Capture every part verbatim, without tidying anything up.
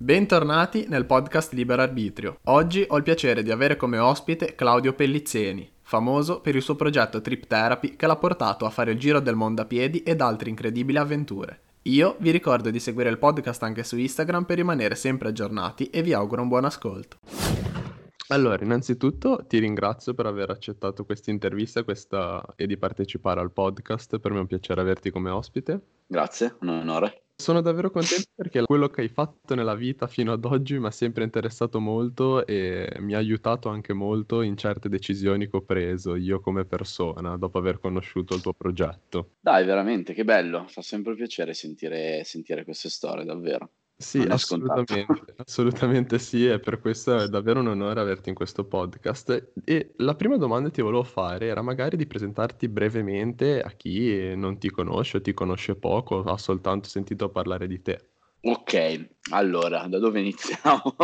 Bentornati nel podcast Libero Arbitrio. Oggi ho il piacere di avere come ospite Claudio Pellizzeni, famoso per il suo progetto Trip Therapy che l'ha portato a fare il giro del mondo a piedi ed altre incredibili avventure. Io vi ricordo di seguire il podcast anche su Instagram per rimanere sempre aggiornati e vi auguro un buon ascolto. Allora, innanzitutto ti ringrazio per aver accettato questa intervista questa... e di partecipare al podcast. Per me è un piacere averti come ospite. Grazie, un onore. Sono davvero contento perché quello che hai fatto nella vita fino ad oggi mi ha sempre interessato molto e mi ha aiutato anche molto in certe decisioni che ho preso io come persona dopo aver conosciuto il tuo progetto. Dai, veramente, che bello. Fa sempre piacere sentire, sentire queste storie, davvero. Sì, Non è scontato. assolutamente, assolutamente sì, e per questo è davvero un onore averti in questo podcast. E la prima domanda che ti volevo fare era magari di presentarti brevemente a chi non ti conosce o ti conosce poco, ha soltanto sentito parlare di te. Ok, allora, da dove iniziamo?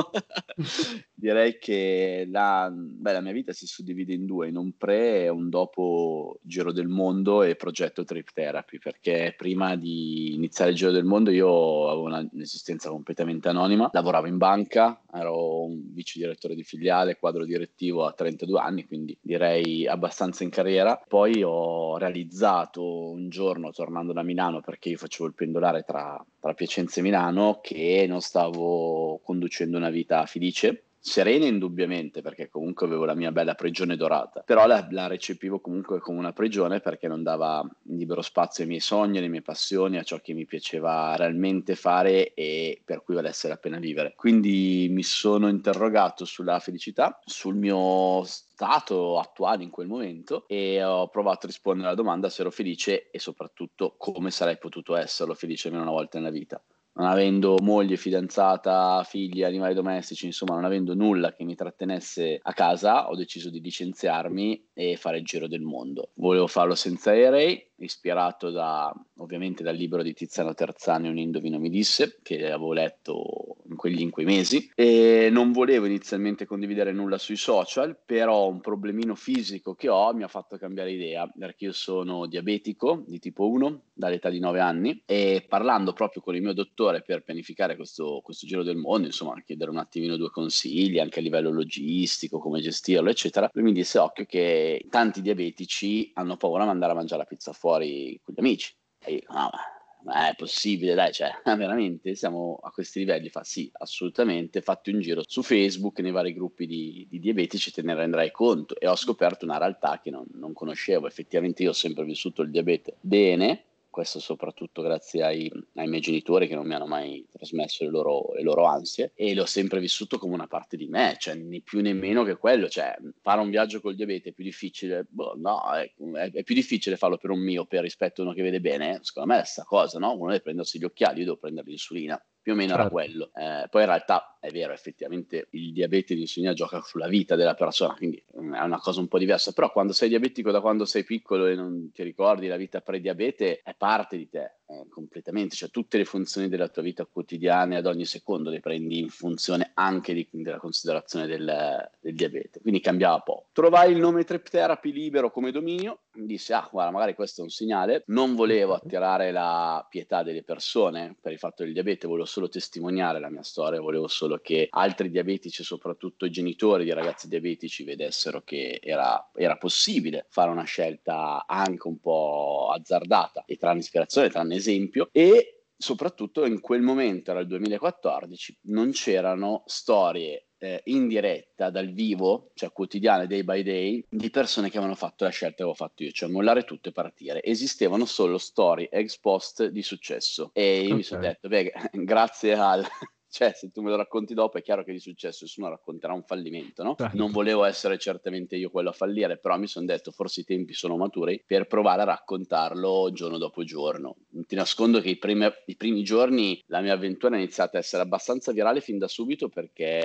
Direi che la, beh, la mia vita si suddivide in due, in un pre e un dopo Giro del Mondo e progetto Trip Therapy, perché prima di iniziare il Giro del Mondo io avevo una- un'esistenza completamente anonima, lavoravo in banca, ero un vice direttore di filiale, quadro direttivo a trentadue anni, quindi direi abbastanza in carriera. Poi ho realizzato un giorno, tornando da Milano, perché io facevo il pendolare tra, tra Piacenza e Milano, che non stavo conducendo una vita felice, serena indubbiamente, perché comunque avevo la mia bella prigione dorata, però la, la recepivo comunque come una prigione perché non dava libero spazio ai miei sogni, alle mie passioni, a ciò che mi piaceva realmente fare e per cui valesse la pena vivere. Quindi mi sono interrogato sulla felicità, sul mio stato attuale in quel momento e ho provato a rispondere alla domanda se ero felice e soprattutto come sarei potuto esserlo felice almeno una volta nella vita. Non avendo moglie, fidanzata, figli, animali domestici, insomma non avendo nulla che mi trattenesse a casa, ho deciso di licenziarmi e fare il giro del mondo. Volevo farlo senza aerei, ispirato da, ovviamente dal libro di Tiziano Terzani, Un indovino mi disse, che avevo letto in quegli in quei mesi, e non volevo inizialmente condividere nulla sui social, però un problemino fisico che ho mi ha fatto cambiare idea, perché io sono diabetico di tipo uno dall'età di nove anni e parlando proprio con il mio dottore per pianificare questo, questo giro del mondo, insomma, chiedere un attimino due consigli anche a livello logistico, come gestirlo, eccetera, lui mi disse occhio che tanti diabetici hanno paura di andare a mangiare la pizza fuori con gli amici. E io, no, ma è possibile, dai, cioè, veramente siamo a questi livelli? Fa sì, assolutamente, fatti un giro su Facebook, nei vari gruppi di, di diabetici, te ne renderai conto. E ho scoperto una realtà che non, non conoscevo. Effettivamente io ho sempre vissuto il diabete bene, questo soprattutto grazie ai, ai miei genitori che non mi hanno mai trasmesso le loro, le loro ansie e l'ho sempre vissuto come una parte di me, cioè né più né meno che quello, cioè fare un viaggio col diabete è più difficile, boh, no, è, è, è più difficile farlo per un miope rispetto a uno che vede bene, secondo me è la stessa cosa, no? Uno deve prendersi gli occhiali, io devo prendere l'insulina. Più o meno era Certo. quello. Eh, poi in realtà è vero, effettivamente il diabete di insulina gioca sulla vita della persona, quindi mm, è una cosa un po' diversa. Però quando sei diabetico da quando sei piccolo e non ti ricordi la vita pre-diabete, è parte di te, eh, completamente. Cioè tutte le funzioni della tua vita quotidiana ad ogni secondo le prendi in funzione anche di, della considerazione del, del diabete. Quindi cambiava poco. Trovai il nome Trip Therapy libero come dominio, mi disse, ah guarda, magari questo è un segnale. Non volevo attirare la pietà delle persone per il fatto del diabete, volevo solo testimoniare la mia storia, volevo solo che altri diabetici, soprattutto i genitori di ragazzi diabetici, vedessero che era, era possibile fare una scelta anche un po' azzardata e tranne ispirazione, tranne esempio, e soprattutto in quel momento, era il duemilaquattordici, non c'erano storie eh, in diretta dal vivo, cioè quotidiane, day by day, di persone che avevano fatto la scelta che avevo fatto io, cioè mollare tutto e partire. Esistevano solo storie ex post di successo e io mi sono Ok. detto, beh, grazie al... Cioè, se tu me lo racconti dopo è chiaro che di successo nessuno racconterà un fallimento, no? Certo. Non volevo essere certamente io quello a fallire, però mi sono detto forse i tempi sono maturi per provare a raccontarlo giorno dopo giorno. Non ti nascondo che i primi, i primi giorni la mia avventura è iniziata a essere abbastanza virale fin da subito perché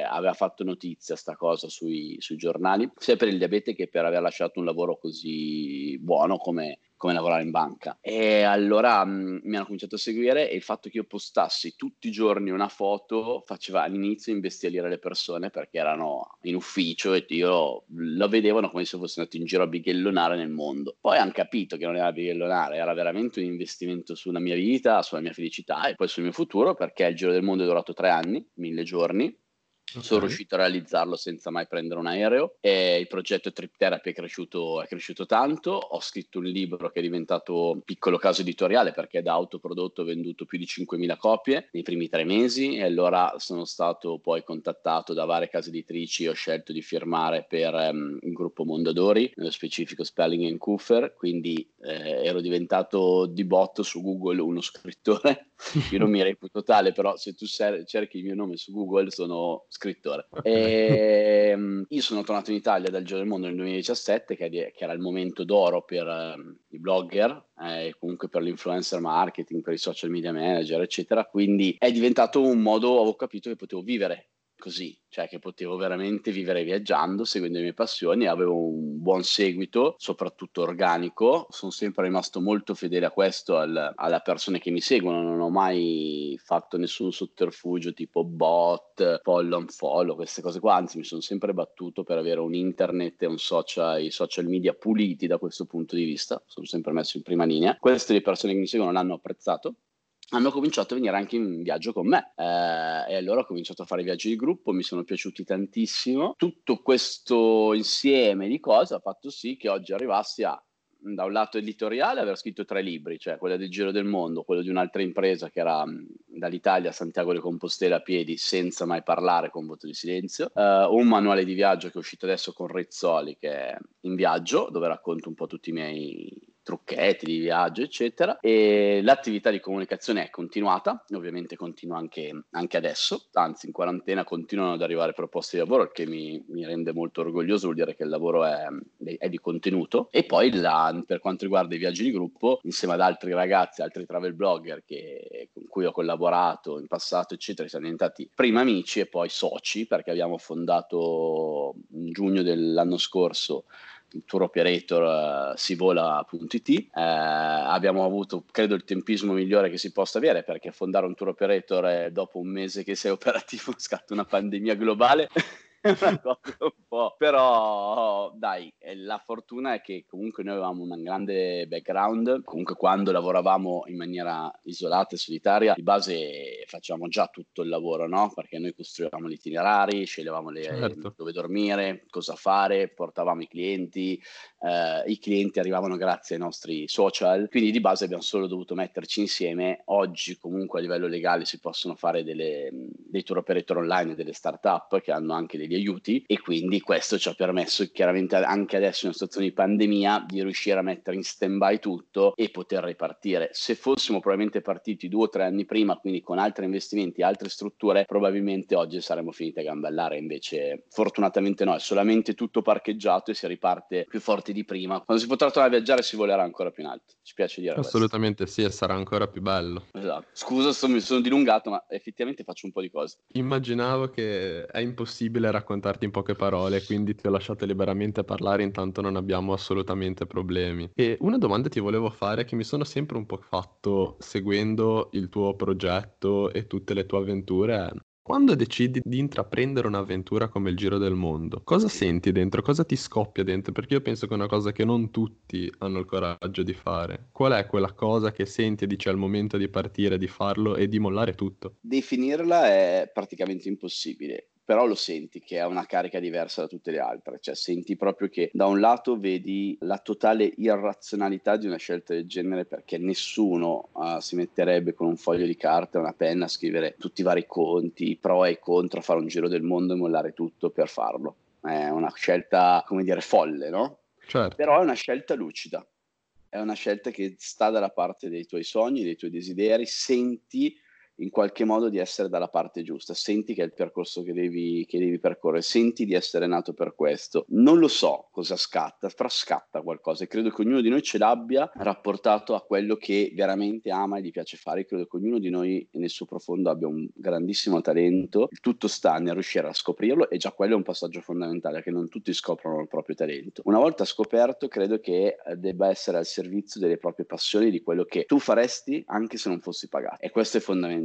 aveva fatto notizia sta cosa sui, sui giornali, sia per il diabete che per aver lasciato un lavoro così buono come come lavorare in banca. E allora mh, mi hanno cominciato a seguire, e il fatto che io postassi tutti i giorni una foto faceva all'inizio imbestialire le persone, perché erano in ufficio e io lo vedevano come se fossi andato in giro a bighellonare nel mondo. Poi hanno capito che non era bighellonare, era veramente un investimento sulla mia vita, sulla mia felicità e poi sul mio futuro, perché il giro del mondo è durato tre anni, mille giorni. Sono Ok. riuscito a realizzarlo senza mai prendere un aereo, e il progetto Trip Therapy è cresciuto, è cresciuto tanto. Ho scritto un libro che è diventato un piccolo caso editoriale, perché da autoprodotto ho venduto più di cinquemila copie nei primi tre mesi, e allora sono stato poi contattato da varie case editrici e ho scelto di firmare per um, il gruppo Mondadori, nello specifico Spelling and Cooper, quindi eh, ero diventato di botto su Google uno scrittore. Io non mi reputo tale, però se tu ser- cerchi il mio nome su Google sono scrittore. Ok. E, um, io sono tornato in Italia dal Giro del Mondo nel duemiladiciassette, che, che era il momento d'oro per um, i blogger e eh, comunque per l'influencer marketing, per i social media manager, eccetera. Quindi è diventato un modo, ho capito che potevo vivere così, cioè che potevo veramente vivere viaggiando, seguendo le mie passioni, avevo un buon seguito, soprattutto organico. Sono sempre rimasto molto fedele a questo, al, alle persone che mi seguono, non ho mai fatto nessun sotterfugio tipo bot, follow and follow, queste cose qua, anzi mi sono sempre battuto per avere un internet e un social, i social media puliti da questo punto di vista, sono sempre messo in prima linea. Queste le persone che mi seguono l'hanno apprezzato, hanno cominciato a venire anche in viaggio con me, eh, e allora ho cominciato a fare viaggi di gruppo, mi sono piaciuti tantissimo. Tutto questo insieme di cose ha fatto sì che oggi arrivassi a, da un lato editoriale, aver scritto tre libri, cioè quello del Giro del Mondo, quello di un'altra impresa che era mh, dall'Italia a Santiago de Compostela a piedi, senza mai parlare, con voto di silenzio, eh, un manuale di viaggio che è uscito adesso con Rizzoli, che è In Viaggio, dove racconto un po' tutti i miei trucchetti di viaggio, eccetera. E l'attività di comunicazione è continuata, ovviamente continua anche, anche adesso, anzi in quarantena continuano ad arrivare proposte di lavoro, che mi, mi rende molto orgoglioso, vuol dire che il lavoro è, è di contenuto. E poi la, per quanto riguarda i viaggi di gruppo, insieme ad altri ragazzi, altri travel blogger che, con cui ho collaborato in passato, eccetera, siamo diventati prima amici e poi soci, perché abbiamo fondato in giugno dell'anno scorso il tour operator uh, sivola punto it. Eh, abbiamo avuto, credo, il tempismo migliore che si possa avere, perché fondare un tour operator eh, dopo un mese che sei operativo scatta una pandemia globale è una cosa un po', però dai, la fortuna è che comunque noi avevamo un grande background, comunque quando lavoravamo in maniera isolata e solitaria, di base facciamo già tutto il lavoro, no? Perché noi costruivamo gli itinerari, sceglievamo le, Certo. dove dormire, cosa fare, portavamo i clienti, eh, i clienti arrivavano grazie ai nostri social, quindi di base abbiamo solo dovuto metterci insieme. Oggi comunque a livello legale si possono fare delle, dei tour operator online, delle start-up che hanno anche degli aiuti, e quindi questo ci ha permesso chiaramente anche adesso in una situazione di pandemia di riuscire a mettere in stand-by tutto e poter ripartire. Se fossimo probabilmente partiti due o tre anni prima, quindi con altri investimenti, altre strutture, probabilmente oggi saremmo finiti a gambellare. Invece fortunatamente no, è solamente tutto parcheggiato e si riparte più forti di prima. Quando si potrà tornare a viaggiare si volerà ancora più in alto, ci piace dire questo. Assolutamente sì, e sarà ancora più bello. Esatto. Scusa se mi sono dilungato, ma effettivamente faccio un po' di cose. Immaginavo che è impossibile raccontarti in poche parole, quindi ti ho lasciato liberamente parlare, intanto non abbiamo assolutamente problemi. E una domanda ti volevo fare che mi sono sempre un po' fatto seguendo il tuo progetto e tutte le tue avventure è: quando decidi di intraprendere un'avventura come il Giro del Mondo, cosa Sì. senti dentro? Cosa ti scoppia dentro? Perché io penso che è una cosa che non tutti hanno il coraggio di fare. Qual è quella cosa che senti e dici al momento di partire, di farlo e di mollare tutto? Definirla è praticamente impossibile, però lo senti che ha una carica diversa da tutte le altre, cioè senti proprio che da un lato vedi la totale irrazionalità di una scelta del genere, perché nessuno uh, si metterebbe con un foglio di carta e una penna a scrivere tutti i vari conti, i pro e i contro, a fare un giro del mondo e mollare tutto per farlo. È una scelta, come dire, folle, no? Certo. Però è una scelta lucida, è una scelta che sta dalla parte dei tuoi sogni, dei tuoi desideri, senti in qualche modo di essere dalla parte giusta, senti che è il percorso che devi, che devi percorrere, senti di essere nato per questo. Non lo so cosa scatta, però scatta qualcosa e credo che ognuno di noi ce l'abbia rapportato a quello che veramente ama e gli piace fare. Credo che ognuno di noi nel suo profondo abbia un grandissimo talento, il tutto sta nel riuscire a scoprirlo e già quello è un passaggio fondamentale, che non tutti scoprono il proprio talento. Una volta scoperto credo che eh, debba essere al servizio delle proprie passioni, di quello che tu faresti anche se non fossi pagato, e questo è fondamentale.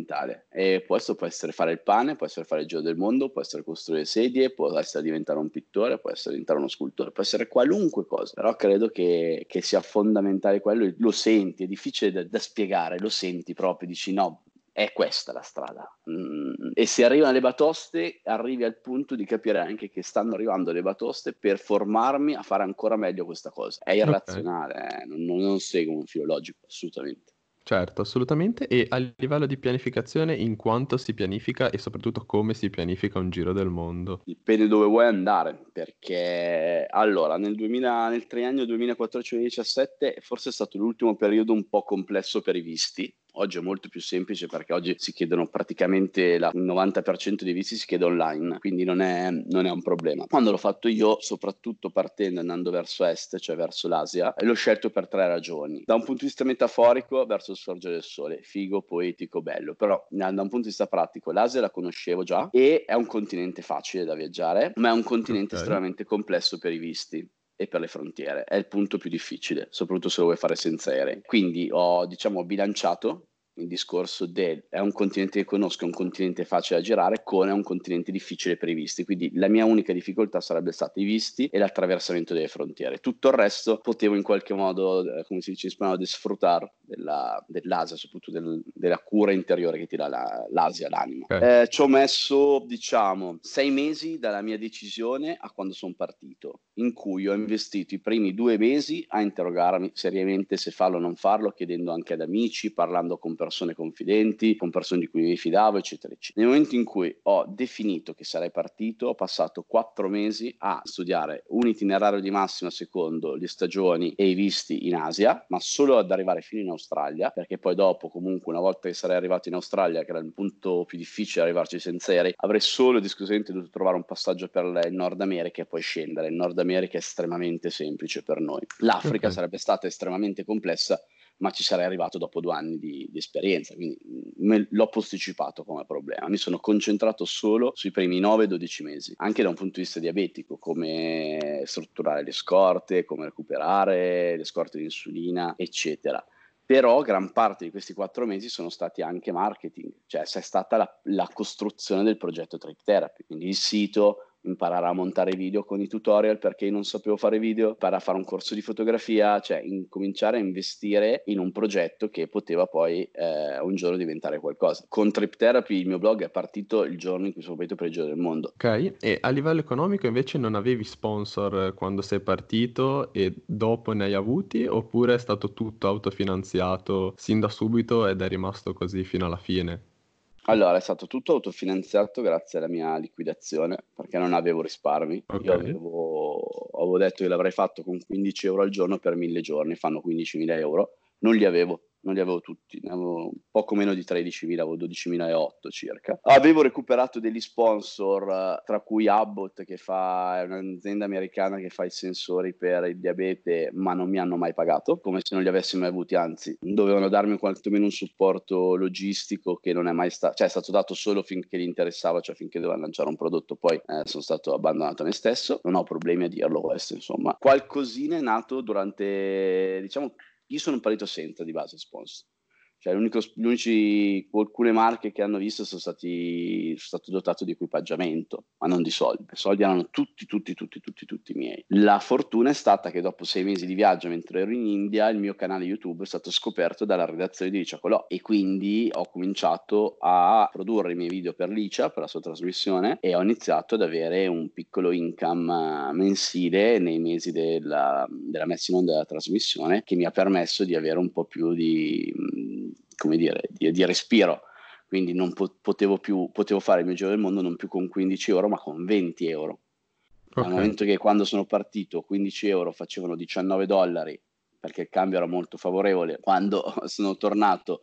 E questo può essere fare il pane, può essere fare il giro del mondo, può essere costruire sedie, può essere diventare un pittore, può essere diventare uno scultore, può essere qualunque cosa, però credo che, che sia fondamentale quello. Lo senti, è difficile da, da spiegare, lo senti proprio, dici no, è questa la strada. Mm, e se arrivano le batoste, arrivi al punto di capire anche che stanno arrivando le batoste per formarmi a fare ancora meglio questa cosa. È Ok. irrazionale, eh? non, non, non segue un filo logico, assolutamente. Certo, assolutamente. E a livello di pianificazione, in quanto si pianifica e soprattutto come si pianifica un giro del mondo? Dipende dove vuoi andare, perché allora nel duemila, nel triennio duemilaquattordici-duemiladiciassette forse è stato l'ultimo periodo un po' complesso per i visti. Oggi è molto più semplice perché oggi si chiedono praticamente la- il novanta per cento dei visti si chiede online, quindi non è, non è un problema. Quando l'ho fatto io, soprattutto partendo e andando verso est, cioè verso l'Asia, l'ho scelto per tre ragioni. Da un punto di vista metaforico, verso il sorgere del sole, figo, poetico, bello, però da un punto di vista pratico, l'Asia la conoscevo già e è un continente facile da viaggiare, ma è un continente Ok. estremamente complesso per i visti e per le frontiere. È il punto più difficile, soprattutto se lo vuoi fare senza aerei. Quindi ho, diciamo, bilanciato il discorso del è un continente che conosco, è un continente facile da girare, con è un continente difficile per i visti. Quindi la mia unica difficoltà sarebbe stata i visti e l'attraversamento delle frontiere. Tutto il resto potevo in qualche modo, eh, come si dice in spagnolo, desfrutar della, dell'Asia, soprattutto del- della cura interiore che ti dà la- l'Asia, l'anima. Ok. Eh, ci ho messo, diciamo, sei mesi dalla mia decisione a quando sono partito, in cui ho investito i primi due mesi a interrogarmi seriamente se farlo o non farlo, chiedendo anche ad amici, parlando con persone confidenti, con persone di cui mi fidavo, eccetera, eccetera. Nel momento in cui ho definito che sarei partito, ho passato quattro mesi a studiare un itinerario di massima secondo le stagioni e i visti in Asia, ma solo ad arrivare fino in Australia, perché poi dopo, comunque, una volta che sarei arrivato in Australia, che era il punto più difficile arrivarci senza aerei, avrei solo ed esclusivamente dovuto trovare un passaggio per il Nord America e poi scendere. Il Nord America è estremamente semplice per noi. L'Africa Ok. sarebbe stata estremamente complessa, ma ci sarei arrivato dopo due anni di, di esperienza, quindi me, l'ho posticipato come problema. Mi sono concentrato solo sui primi nove dodici mesi, anche da un punto di vista diabetico, come strutturare le scorte, come recuperare le scorte di insulina, eccetera. Però gran parte di questi quattro mesi sono stati anche marketing, cioè c'è stata la, la costruzione del progetto Trip Therapy, quindi il sito, imparare a montare video con i tutorial perché io non sapevo fare video, imparare a fare un corso di fotografia, cioè incominciare a investire in un progetto che poteva poi eh, un giorno diventare qualcosa. Con Trip Therapy il mio blog è partito il giorno in cui sono partito per il giro del mondo. Ok, e a livello economico invece non avevi sponsor quando sei partito e dopo ne hai avuti, oppure è stato tutto autofinanziato sin da subito ed è rimasto così fino alla fine? Allora, è stato tutto autofinanziato grazie alla mia liquidazione, perché non avevo risparmi. Ok, Io avevo, avevo detto che l'avrei fatto con quindici euro al giorno per mille giorni, fanno quindicimila euro. Non li avevo, non li avevo tutti, ne avevo poco meno di tredicimila, avevo dodicimilaottocento circa. Avevo recuperato degli sponsor, eh, tra cui Abbott, che fa, è un'azienda americana che fa i sensori per il diabete, ma non mi hanno mai pagato, come se non li avessi mai avuti, anzi, dovevano darmi quantomeno un supporto logistico che non è mai stato, cioè è stato dato solo finché gli interessava, cioè finché doveva lanciare un prodotto, poi eh, sono stato abbandonato a me stesso, non ho problemi a dirlo questo, insomma. Qualcosina è nato durante, diciamo, io sono partito senza di base sponsor. Cioè, l'unico, gli unici, alcune marche che hanno visto sono stati, sono stato dotato di equipaggiamento, ma non di soldi. I soldi erano tutti, tutti, tutti, tutti, tutti miei. La fortuna è stata che dopo sei mesi di viaggio, mentre ero in India, il mio canale YouTube è stato scoperto dalla redazione di Licia e quindi ho cominciaato a produrre i miei video per Licia, per la sua trasmissione, e ho iniziato ad avere un piccolo income eh, mensile nei mesi della, della messa in onda della trasmissione, che mi ha permesso di avere un po' più di, mh, come dire, di, di respiro. Quindi non po- potevo più, potevo fare il mio giro del mondo non più con quindici euro, ma con venti euro. Dal ok. momento che quando sono partito quindici euro facevano diciannove dollari, perché il cambio era molto favorevole, quando sono tornato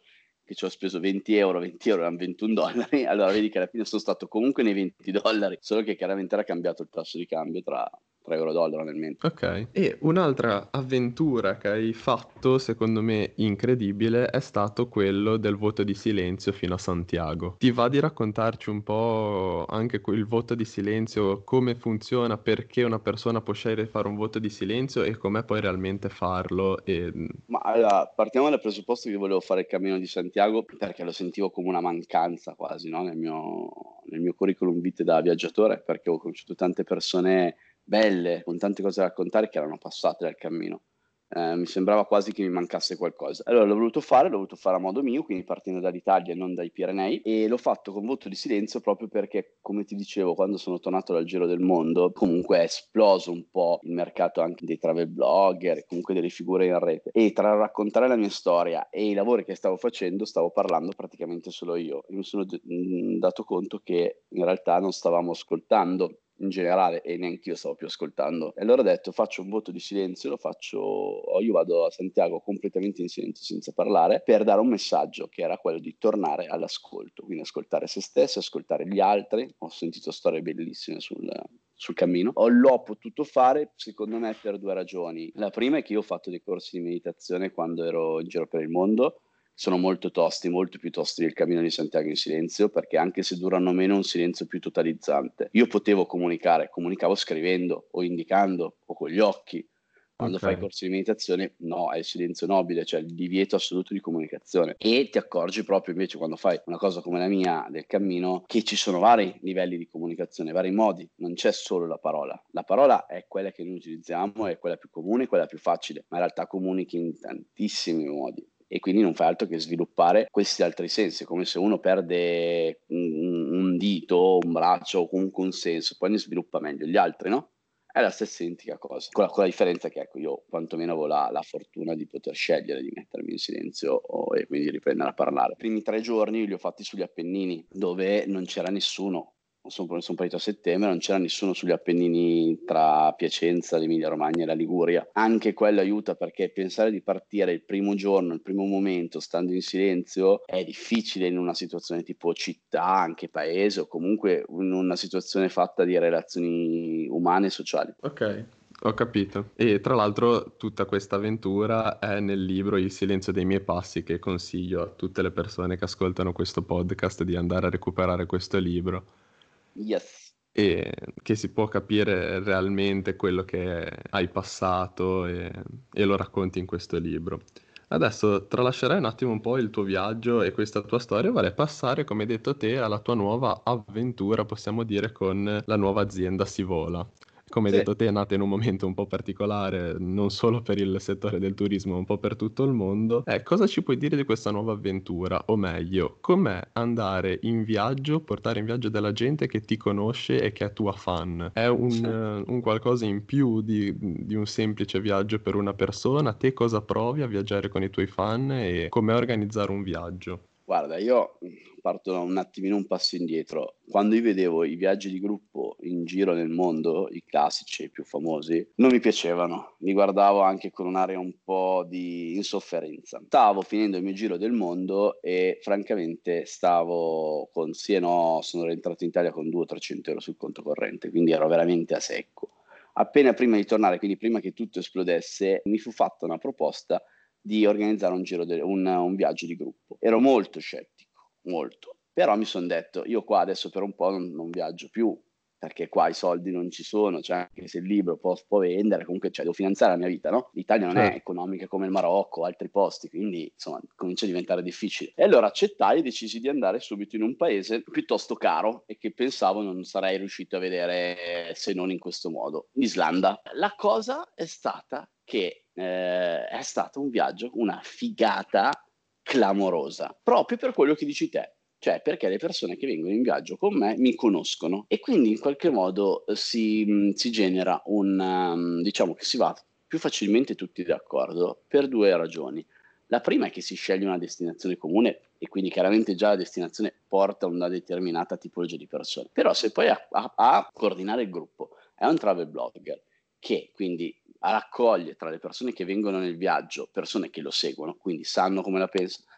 che ci ho speso venti euro, venti euro erano ventuno dollari, allora vedi che alla fine sono stato comunque nei venti dollari, solo che chiaramente era cambiato il tasso di cambio tra, tra euro e dollaro nel mentre. Ok. E un'altra avventura che hai fatto, secondo me incredibile, è stato quello del voto di silenzio fino a Santiago. Ti va di raccontarci un po' anche il voto di silenzio, come funziona, perché una persona può scegliere di fare un voto di silenzio e com'è poi realmente farlo? E... Ma allora, partiamo dal presupposto che io volevo fare il Cammino di Santiago perché lo sentivo come una mancanza quasi, no? Nel mio, nel mio curriculum vitae da viaggiatore, perché ho conosciuto tante persone belle, con tante cose da raccontare che erano passate dal cammino. Eh, mi sembrava quasi che mi mancasse qualcosa. Allora l'ho voluto fare, l'ho voluto fare a modo mio, quindi partendo dall'Italia e non dai Pirenei, e l'ho fatto con voto di silenzio proprio perché, come ti dicevo, quando sono tornato dal giro del mondo, comunque è esploso un po' il mercato anche dei travel blogger, e comunque delle figure in rete. E tra raccontare la mia storia e i lavori che stavo facendo, stavo parlando praticamente solo io. E mi sono d- mh, dato conto che in realtà non stavamo ascoltando in generale e neanche io stavo più ascoltando. E allora ho detto faccio un voto di silenzio, lo faccio, io vado a Santiago completamente in silenzio senza parlare per dare un messaggio che era quello di tornare all'ascolto, quindi ascoltare se stessi, ascoltare gli altri. Ho sentito storie bellissime sul, sul cammino. O l'ho potuto fare secondo me per due ragioni. La prima è che io ho fatto dei corsi di meditazione quando ero in giro per il mondo, sono molto tosti, molto più tosti del Cammino di Santiago in silenzio, perché anche se durano meno è un silenzio più totalizzante. Io potevo comunicare, comunicavo scrivendo o indicando o con gli occhi. Quando fai Ok. corsi di meditazione, no, è il silenzio nobile, cioè il divieto assoluto di comunicazione. E ti accorgi proprio invece quando fai una cosa come la mia del cammino che ci sono vari livelli di comunicazione, vari modi, non c'è solo la parola. La parola è quella che noi utilizziamo, è quella più comune, quella più facile, ma in realtà comunichi in tantissimi modi e quindi non fai altro che sviluppare questi altri sensi, come se uno perde un, un dito, un braccio o comunque un senso, poi ne sviluppa meglio gli altri, no? È la stessa identica cosa, con la, con la differenza che ecco, io quantomeno avevo la, la fortuna di poter scegliere di mettermi in silenzio o- e quindi riprendere a parlare. I primi tre giorni li ho fatti sugli Appennini, dove non c'era nessuno. Sono, sono partito a settembre, non c'era nessuno sugli Appennini tra Piacenza, l'Emilia Romagna e la Liguria. Anche quello aiuta perché pensare di partire il primo giorno, il primo momento, stando in silenzio, è difficile in una situazione tipo città, anche paese o comunque in una situazione fatta di relazioni umane e sociali. Ok, ho capito. E tra l'altro tutta questa avventura è nel libro Il silenzio dei miei passi, che consiglio a tutte le persone che ascoltano questo podcast di andare a recuperare questo libro Yes. e che si può capire realmente quello che hai passato e, e lo racconti in questo libro. Adesso tralascerai un attimo un po' il tuo viaggio e questa tua storia, vale passare, come hai detto te, alla tua nuova avventura, possiamo dire, con la nuova azienda Sivola. Come hai Sì. detto te, è nata in un momento un po' particolare, non solo per il settore del turismo, ma un po' per tutto il mondo. Eh, cosa ci puoi dire di questa nuova avventura? O meglio, com'è andare in viaggio, portare in viaggio della gente che ti conosce e che è tua fan? È un, eh, un qualcosa in più di, di un semplice viaggio per una persona? Te cosa provi a viaggiare con i tuoi fan e com'è organizzare un viaggio? Guarda, io parto un attimino un passo indietro. Quando io vedevo i viaggi di gruppo in giro nel mondo, i classici, i più famosi, non mi piacevano. Li guardavo anche con un'area un po' di insofferenza. Stavo finendo il mio giro del mondo e francamente stavo con sì e no, sono rientrato in Italia con duecento trecento euro sul conto corrente, quindi ero veramente a secco. Appena prima di tornare, quindi prima che tutto esplodesse, mi fu fatta una proposta di organizzare un giro, de- un, un viaggio di gruppo. Ero molto scettico, molto. Però mi sono detto, io qua adesso per un po' non, non viaggio più, perché qua i soldi non ci sono, cioè anche se il libro può, può vendere, comunque cioè, devo finanziare la mia vita, no? L'Italia non è Certo. economica come il Marocco o altri posti, quindi insomma comincia a diventare difficile. E allora accettai e decisi di andare subito in un paese piuttosto caro e che pensavo non sarei riuscito a vedere se non in questo modo, l'Islanda. La cosa è stata che eh, è stato un viaggio, una figata clamorosa, proprio per quello che dici te. Cioè, perché le persone che vengono in viaggio con me mi conoscono e quindi in qualche modo eh, si, mh, si genera un, um, diciamo che si va più facilmente tutti d'accordo per due ragioni. La prima è che si sceglie una destinazione comune e quindi chiaramente già la destinazione porta una determinata tipologia di persone. Però se poi a, a, a coordinare il gruppo è un travel blogger che quindi raccoglie tra le persone che vengono nel viaggio persone che lo seguono, quindi sanno come la pensa,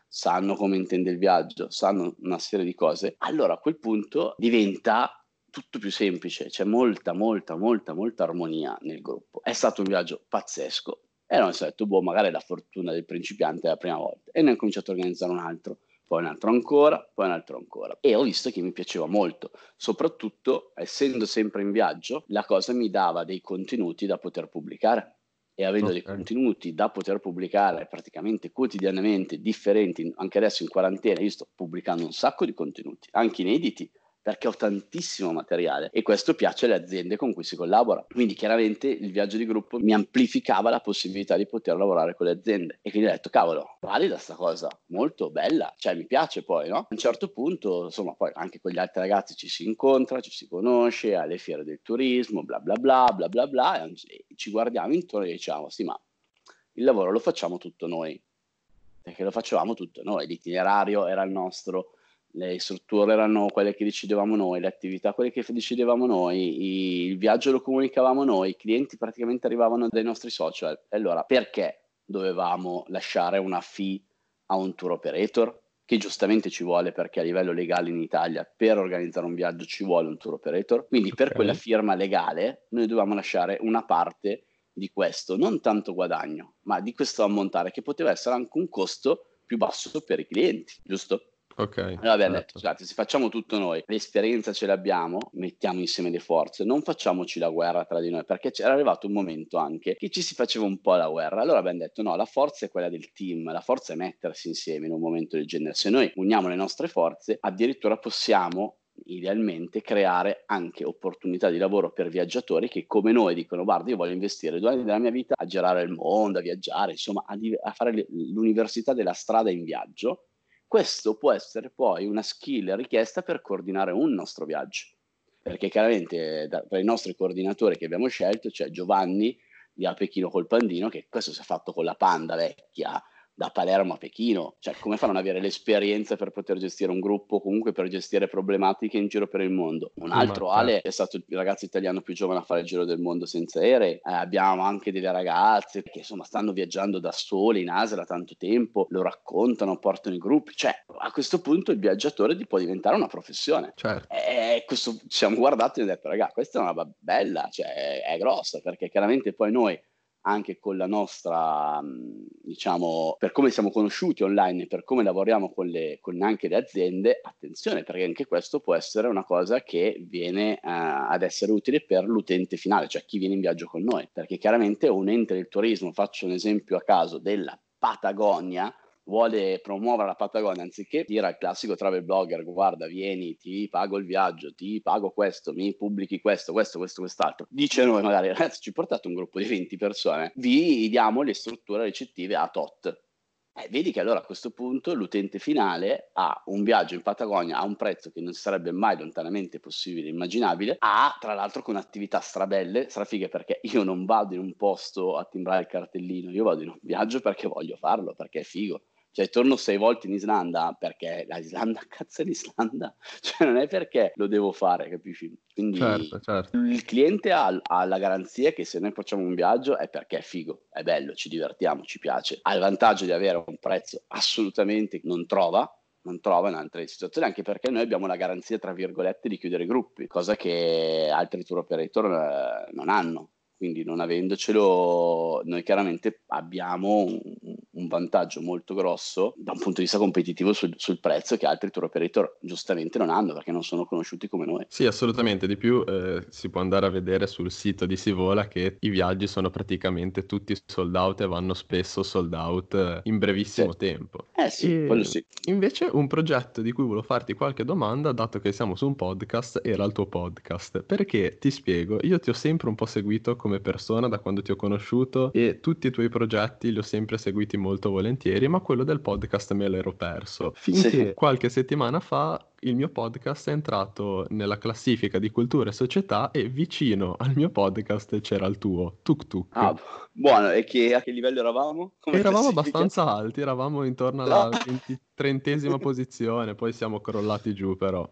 sanno come intende il viaggio, sanno una serie di cose, allora a quel punto diventa tutto più semplice, c'è molta, molta, molta, molta armonia nel gruppo. È stato un viaggio pazzesco e noi abbiamo detto, boh, magari è la fortuna del principiante la prima volta, e ne ho cominciato a organizzare un altro, poi un altro ancora, poi un altro ancora, e ho visto che mi piaceva molto, soprattutto essendo sempre in viaggio, la cosa mi dava dei contenuti da poter pubblicare. E avendo dei Ok. contenuti da poter pubblicare praticamente quotidianamente, differenti, anche adesso in quarantena, io sto pubblicando un sacco di contenuti, anche inediti, perché ho tantissimo materiale e questo piace alle aziende con cui si collabora. Quindi chiaramente il viaggio di gruppo mi amplificava la possibilità di poter lavorare con le aziende, e quindi ho detto, cavolo, valida sta cosa, molto bella, cioè mi piace. Poi, no? A un certo punto, insomma, poi anche con gli altri ragazzi ci si incontra, ci si conosce alle fiere del turismo, bla bla bla, bla bla bla, e ci guardiamo intorno e diciamo, sì, ma il lavoro lo facciamo tutto noi, perché lo facevamo tutto noi, l'itinerario era il nostro, le strutture erano quelle che decidevamo noi, le attività quelle che decidevamo noi, i- il viaggio lo comunicavamo noi, i clienti praticamente arrivavano dai nostri social. E allora perché dovevamo lasciare una fee a un tour operator? Che giustamente ci vuole, perché a livello legale in Italia per organizzare un viaggio ci vuole un tour operator, quindi per Ok. quella firma legale noi dovevamo lasciare una parte di questo, non tanto guadagno, ma di questo ammontare che poteva essere anche un costo più basso per i clienti, giusto? Ok, Allora abbiamo detto, certo. scusate, se facciamo tutto noi, l'esperienza ce l'abbiamo, mettiamo insieme le forze, non facciamoci la guerra tra di noi, perché c'era arrivato un momento anche che ci si faceva un po' la guerra. Allora abbiamo detto, no, la forza è quella del team, la forza è mettersi insieme in un momento del genere. Se noi uniamo le nostre forze, addirittura possiamo idealmente creare anche opportunità di lavoro per viaggiatori che come noi dicono, guarda, io voglio investire due anni della mia vita a girare il mondo, a viaggiare, insomma a, di- a fare l'università della strada in viaggio. Questo può essere poi una skill richiesta per coordinare un nostro viaggio, perché chiaramente da- tra i nostri coordinatori che abbiamo scelto c'è Giovanni di A Pechino col Pandino, che questo si è fatto con la Panda vecchia, da Palermo a Pechino. Cioè, come fa a non avere l'esperienza per poter gestire un gruppo, comunque per gestire problematiche in giro per il mondo? Un Ma altro, Ale, certo. è stato il ragazzo italiano più giovane a fare il giro del mondo senza aerei. Eh, abbiamo anche delle ragazze che insomma stanno viaggiando da sole in Asia da tanto tempo, lo raccontano, portano i gruppi. Cioè, a questo punto il viaggiatore ti può diventare una professione. Certo. E questo ci siamo guardati e abbiamo detto, raga, questa è una roba bella, cioè è grossa, perché chiaramente poi noi anche con la nostra, mh, diciamo, per come siamo conosciuti online e per come lavoriamo con, le, con anche le aziende, attenzione, perché anche questo può essere una cosa che viene eh, ad essere utile per l'utente finale, cioè chi viene in viaggio con noi, perché chiaramente un ente del turismo, faccio un esempio a caso, della Patagonia, vuole promuovere la Patagonia, anziché dire al classico travel blogger, guarda, vieni, ti pago il viaggio, ti pago questo, mi pubblichi questo, questo, questo, quest'altro. Dice noi magari, ragazzi, ci portate un gruppo di venti persone, vi diamo le strutture ricettive a tot. Eh, vedi che allora a questo punto l'utente finale ha un viaggio in Patagonia a un prezzo che non sarebbe mai lontanamente possibile, immaginabile, ha tra l'altro con attività strabelle, strafighe, perché io non vado in un posto a timbrare il cartellino, io vado in un viaggio perché voglio farlo, perché è figo. Cioè, torno sei volte in Islanda perché la Islanda, cazzo è l'Islanda? Cioè, non è perché lo devo fare, capisci? Quindi Certo, certo. il cliente ha, ha la garanzia che se noi facciamo un viaggio è perché è figo, è bello, ci divertiamo, ci piace. Ha il vantaggio di avere un prezzo assolutamente non trova, non trova in altre situazioni, anche perché noi abbiamo la garanzia, tra virgolette, di chiudere i gruppi, cosa che altri tour operator eh, non hanno. Quindi non avendocelo, noi chiaramente abbiamo un, un vantaggio molto grosso da un punto di vista competitivo sul, sul prezzo che altri tour operator giustamente non hanno perché non sono conosciuti come noi. Sì, assolutamente. Di più eh, si può andare a vedere sul sito di Sivola che i viaggi sono praticamente tutti sold out e vanno spesso sold out eh, in Sì. brevissimo tempo. Eh sì, quello E sì. invece un progetto di cui volevo farti qualche domanda, dato che siamo su un podcast, era il tuo podcast. Perché ti spiego, io ti ho sempre un po' seguito come persona da quando ti ho conosciuto e tutti i tuoi progetti li ho sempre seguiti molto volentieri, ma quello del podcast me l'ero perso. Sì. Finché qualche settimana fa il mio podcast è entrato nella classifica di cultura e società e vicino al mio podcast c'era il tuo, Tuk Tuk. Ah, buono, e che, a che livello eravamo come Eravamo classifica? abbastanza alti, eravamo intorno No. alla ventitrentesima posizione, poi siamo crollati giù però.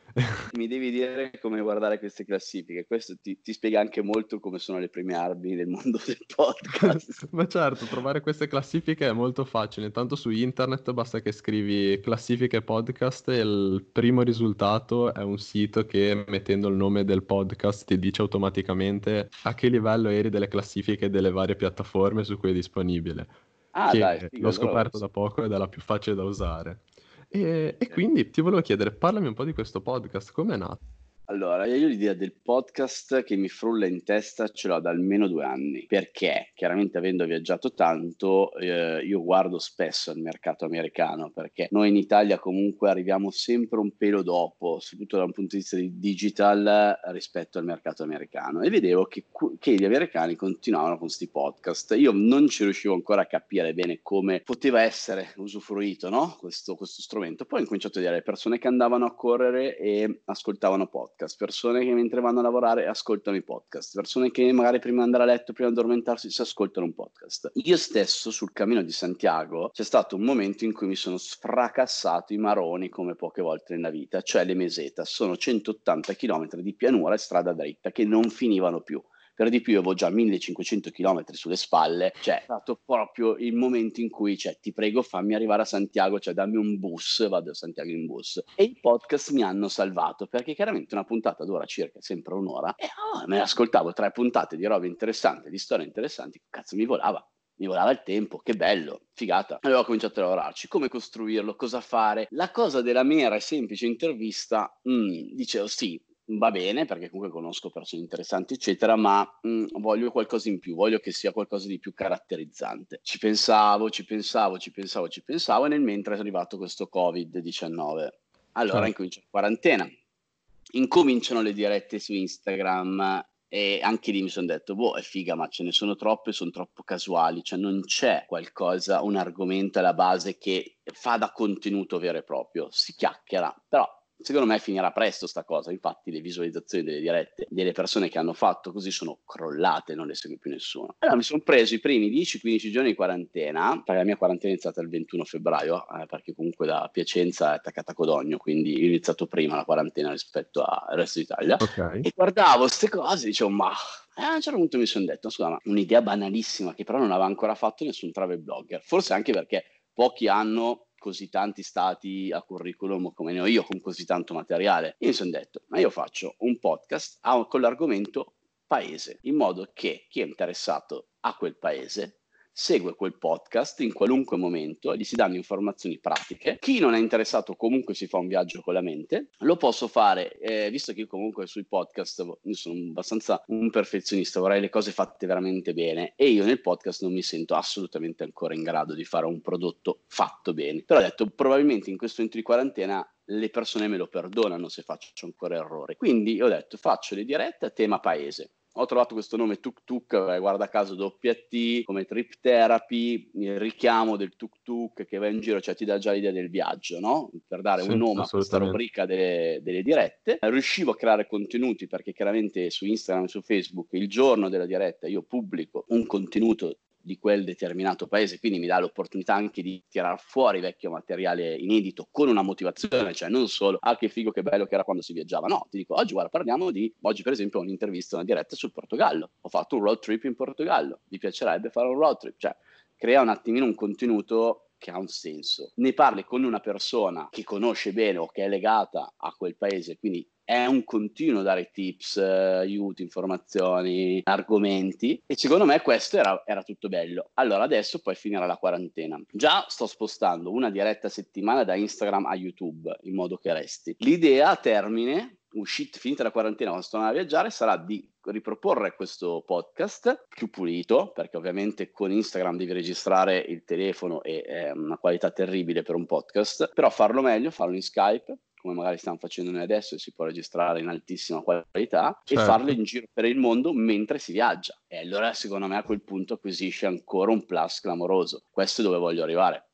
Mi devi dire come guardare queste classifiche. Questo ti, ti spiega anche molto come sono le prime armi del mondo del podcast. Ma certo, trovare queste classifiche è molto facile. Intanto su internet basta che scrivi classifiche podcast e il primo risultato è un sito che, mettendo il nome del podcast, ti dice automaticamente a che livello eri delle classifiche delle varie piattaforme su cui è disponibile. Ah, dai, Che figo, l'ho allora lo scoperto so. da poco ed è la più facile da usare. E, e Ok. quindi ti volevo chiedere, parlami un po' di questo podcast, com'è nato? Allora, io l'idea del podcast che mi frulla in testa ce l'ho da almeno due anni, perché chiaramente avendo viaggiato tanto, eh, io guardo spesso il mercato americano, perché noi in Italia comunque arriviamo sempre un pelo dopo, soprattutto da un punto di vista di digital rispetto al mercato americano, e vedevo che, che gli americani continuavano con questi podcast. Io non ci riuscivo ancora a capire bene come poteva essere usufruito, no? Questo, questo strumento. Poi ho incominciato a vedere persone che andavano a correre e ascoltavano podcast, persone che mentre vanno a lavorare ascoltano i podcast, persone che magari prima di andare a letto, prima di addormentarsi, si ascoltano un podcast. Io stesso sul cammino di Santiago c'è stato un momento in cui mi sono sfracassato i maroni come poche volte nella vita, cioè le meseta. Sono centottanta chilometri di pianura e strada dritta che non finivano più. Per di più avevo già millecinquecento chilometri sulle spalle, cioè è stato proprio il momento in cui, cioè, ti prego fammi arrivare a Santiago, cioè dammi un bus, vado a Santiago in bus. E i podcast mi hanno salvato, perché chiaramente una puntata dura circa sempre un'ora, e oh, me ne ascoltavo tre puntate di robe interessanti, di storie interessanti, cazzo mi volava. Mi volava il tempo, che bello, figata. Allora ho cominciato a lavorarci, come costruirlo, cosa fare. La cosa della mera e semplice intervista, mh, dicevo sì, va bene, perché comunque conosco persone interessanti, eccetera, ma mh, voglio qualcosa in più, voglio che sia qualcosa di più caratterizzante. Ci pensavo, ci pensavo, ci pensavo, ci pensavo, e nel mentre è arrivato questo covid diciannove. Allora Cioè, incomincio la quarantena. Incominciano le dirette su Instagram e anche lì mi sono detto, boh, è figa, ma ce ne sono troppe, sono troppo casuali, cioè non c'è qualcosa, un argomento alla base che fa da contenuto vero e proprio, si chiacchiera, però secondo me finirà presto sta cosa. Infatti le visualizzazioni delle dirette delle persone che hanno fatto così sono crollate, non le segue più nessuno. Allora mi sono preso i primi dieci quindici giorni di quarantena, perché la mia quarantena è iniziata il ventuno febbraio, eh, perché comunque da Piacenza è attaccata a Codogno, quindi io ho iniziato prima la quarantena rispetto al resto d'Italia, ok. e guardavo queste cose e dicevo, ma eh, a un certo punto mi sono detto, scusa, ma un'idea banalissima che però non aveva ancora fatto nessun travel blogger, forse anche perché pochi hanno così tanti stati a curriculum come ne ho io, con così tanto materiale. Io mi sono detto, ma io faccio un podcast a- con l'argomento paese, in modo che chi è interessato a quel paese segue quel podcast in qualunque momento, gli si danno informazioni pratiche. Chi non è interessato comunque si fa un viaggio con la mente. Lo posso fare, eh, visto che io comunque sui podcast io sono abbastanza un perfezionista, vorrei le cose fatte veramente bene, e io nel podcast non mi sento assolutamente ancora in grado di fare un prodotto fatto bene. Però ho detto, probabilmente in questo momento di quarantena le persone me lo perdonano se faccio ancora errori. Quindi ho detto, faccio le dirette a tema paese. Ho trovato questo nome Tuk Tuk, eh, guarda caso doppia T, come Trip Therapy, il richiamo del Tuk Tuk che va in giro, cioè ti dà già l'idea del viaggio, no? Per dare un Sì, nome a questa assolutamente. rubrica delle, delle dirette. Riuscivo a creare contenuti perché chiaramente su Instagram e su Facebook il giorno della diretta io pubblico un contenuto di quel determinato paese, quindi mi dà l'opportunità anche di tirar fuori vecchio materiale inedito con una motivazione, cioè non solo ah che figo, che bello che era quando si viaggiava, no, ti dico oggi guarda parliamo di, oggi per esempio ho un'intervista, una diretta sul Portogallo, ho fatto un road trip in Portogallo, vi piacerebbe fare un road trip, cioè crea un attimino un contenuto che ha un senso, ne parli con una persona che conosce bene o che è legata a quel paese, quindi è un continuo dare tips, eh, aiuti, informazioni, argomenti, e secondo me questo era, era tutto bello. Allora adesso poi finirà la quarantena. Già sto spostando una diretta a settimana da Instagram a YouTube in modo che resti. L'idea a termine, uscita, finita la quarantena, quando tornare a viaggiare, sarà di riproporre questo podcast più pulito, perché ovviamente con Instagram devi registrare il telefono e è una qualità terribile per un podcast, però farlo meglio, farlo in Skype, come magari stiamo facendo noi adesso, e si può registrare in altissima qualità, e farlo Certo. in giro per il mondo mentre si viaggia. E allora secondo me a quel punto acquisisce ancora un plus clamoroso. Questo è dove voglio arrivare.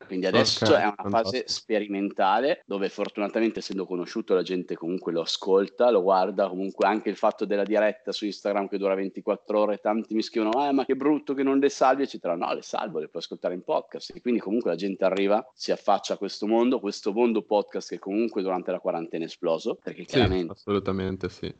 Quindi adesso Ok, è una fase fantastico. sperimentale dove fortunatamente, essendo conosciuto, la gente comunque lo ascolta, lo guarda. Comunque anche il fatto della diretta su Instagram che dura ventiquattro ore, tanti mi scrivono ah ma che brutto che non le salvi eccetera. No, le salvo, le puoi ascoltare in podcast, e quindi comunque la gente arriva, si affaccia a questo mondo, questo mondo podcast che comunque durante la quarantena è esploso, perché Sì, chiaramente assolutamente sì.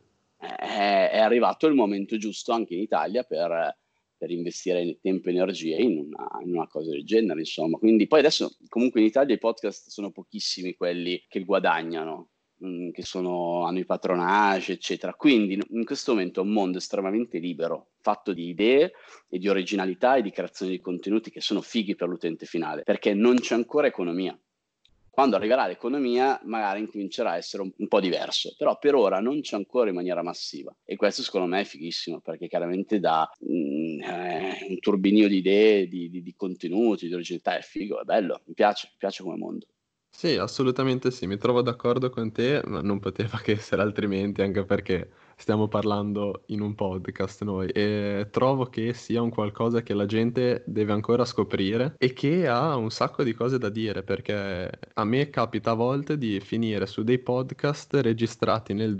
è, è arrivato il momento giusto anche in Italia per, per investire tempo e energie in una, in una cosa del genere, insomma. Quindi poi adesso comunque in Italia i podcast sono pochissimi quelli che guadagnano, mh, che sono, hanno i patronage, eccetera. Quindi in questo momento è un mondo estremamente libero, fatto di idee e di originalità e di creazione di contenuti che sono fighi per l'utente finale, perché non c'è ancora economia. Quando arriverà l'economia magari incomincerà a essere un, un po' diverso, però per ora non c'è ancora in maniera massiva, e questo secondo me è fighissimo perché chiaramente dà mm, eh, un turbinio di idee, di, di, di contenuti, di originalità. È figo, è bello, mi piace, mi piace come mondo. Sì, assolutamente sì, mi trovo d'accordo con te, ma non poteva che essere altrimenti, anche perché stiamo parlando in un podcast noi e trovo che sia un qualcosa che la gente deve ancora scoprire e che ha un sacco di cose da dire, perché a me capita a volte di finire su dei podcast registrati nel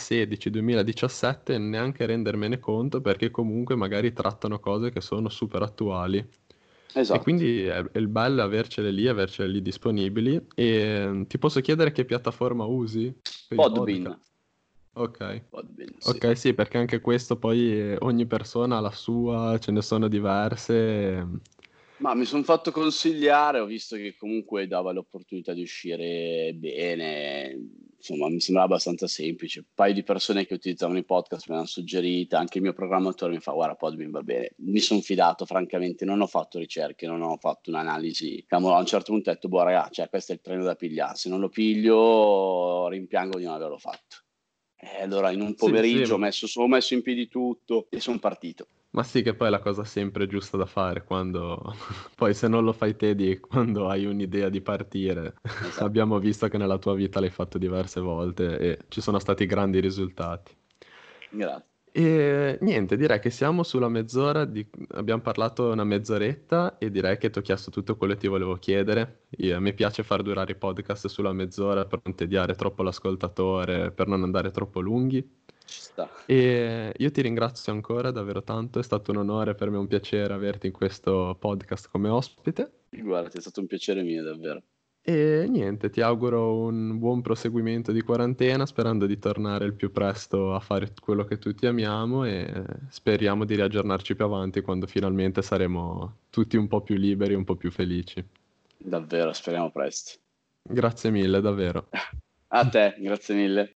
duemilasedici-duemiladiciassette e neanche rendermene conto, perché comunque magari trattano cose che sono super attuali. E Esatto. quindi è, è il bello avercele lì, avercele lì disponibili. E mm, ti posso chiedere che piattaforma usi per i Podbean. podcast? Ok. Podbean, sì. Ok, sì, perché anche questo poi eh, ogni persona ha la sua, ce ne sono diverse. ehm. Ma mi sono fatto consigliare, ho visto che comunque dava l'opportunità di uscire bene, insomma mi sembrava abbastanza semplice. Un paio di persone che utilizzavano i podcast me l'hanno suggerita, anche il mio programmatore mi fa guarda Podbean va bene. Mi sono fidato francamente, non ho fatto ricerche, non ho fatto un'analisi. Cavolo, a un certo punto ho detto boh ragazzi, cioè, questo è il treno da pigliare, se non lo piglio rimpiango di non averlo fatto. E allora in un Sì, sì, pomeriggio ho messo, ho messo in piedi tutto e sono partito. ma sì che poi è la cosa sempre giusta da fare quando... Poi se non lo fai te di quando hai un'idea di partire. Esatto, Abbiamo visto che nella tua vita l'hai fatto diverse volte e ci sono stati grandi risultati. grazie. E niente, direi che siamo sulla mezz'ora, di- abbiamo parlato una mezz'oretta e direi che ti ho chiesto tutto quello che ti volevo chiedere. Io- a me piace far durare i podcast sulla mezz'ora per non tediare troppo l'ascoltatore, per non andare troppo lunghi. Ci sta. E io ti ringrazio ancora davvero tanto, è stato un onore per me, un piacere averti in questo podcast come ospite. Guarda, è stato un piacere mio, davvero. E niente, ti auguro un buon proseguimento di quarantena, sperando di tornare il più presto a fare quello che tutti amiamo e speriamo di riaggiornarci più avanti quando finalmente saremo tutti un po' più liberi, un po' più felici. Davvero, speriamo presto. Grazie mille, davvero. A te, grazie mille.